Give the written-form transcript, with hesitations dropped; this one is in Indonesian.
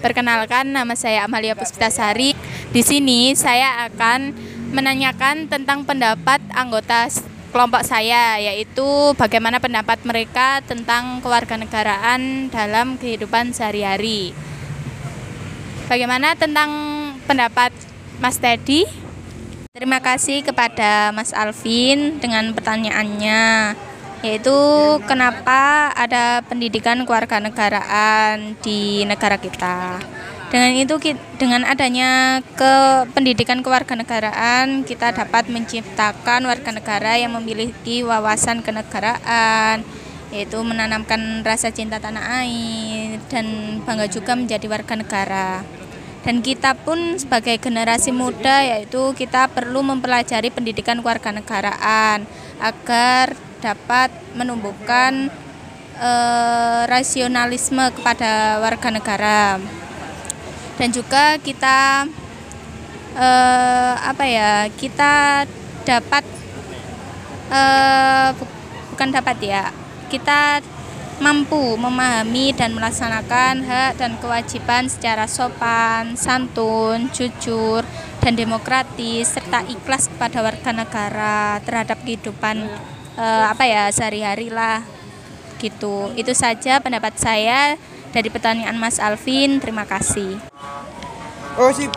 Perkenalkan, nama saya Amalia Puspitasari. Di sini saya akan menanyakan tentang pendapat anggota kelompok saya, yaitu bagaimana pendapat mereka tentang kewarganegaraan dalam kehidupan sehari-hari. Bagaimana tentang pendapat Mas Teddy? Terima kasih kepada Mas Alvin dengan pertanyaannya, yaitu kenapa ada pendidikan kewarganegaraan di negara kita. Dengan adanya pendidikan kewarganegaraan, kita dapat menciptakan warga negara yang memiliki wawasan kenegaraan, yaitu menanamkan rasa cinta tanah air dan bangga juga menjadi warga negara. Dan kita pun sebagai generasi muda, yaitu kita perlu mempelajari pendidikan kewarganegaraan agar dapat menumbuhkan rasionalisme kepada warga negara. Dan juga kita kita mampu memahami dan melaksanakan hak dan kewajiban secara sopan, santun, jujur, dan demokratis, serta ikhlas kepada warga negara terhadap kehidupan sehari-hari lah gitu. Itu saja pendapat saya dari pertanyaan Mas Alvin. Terima kasih.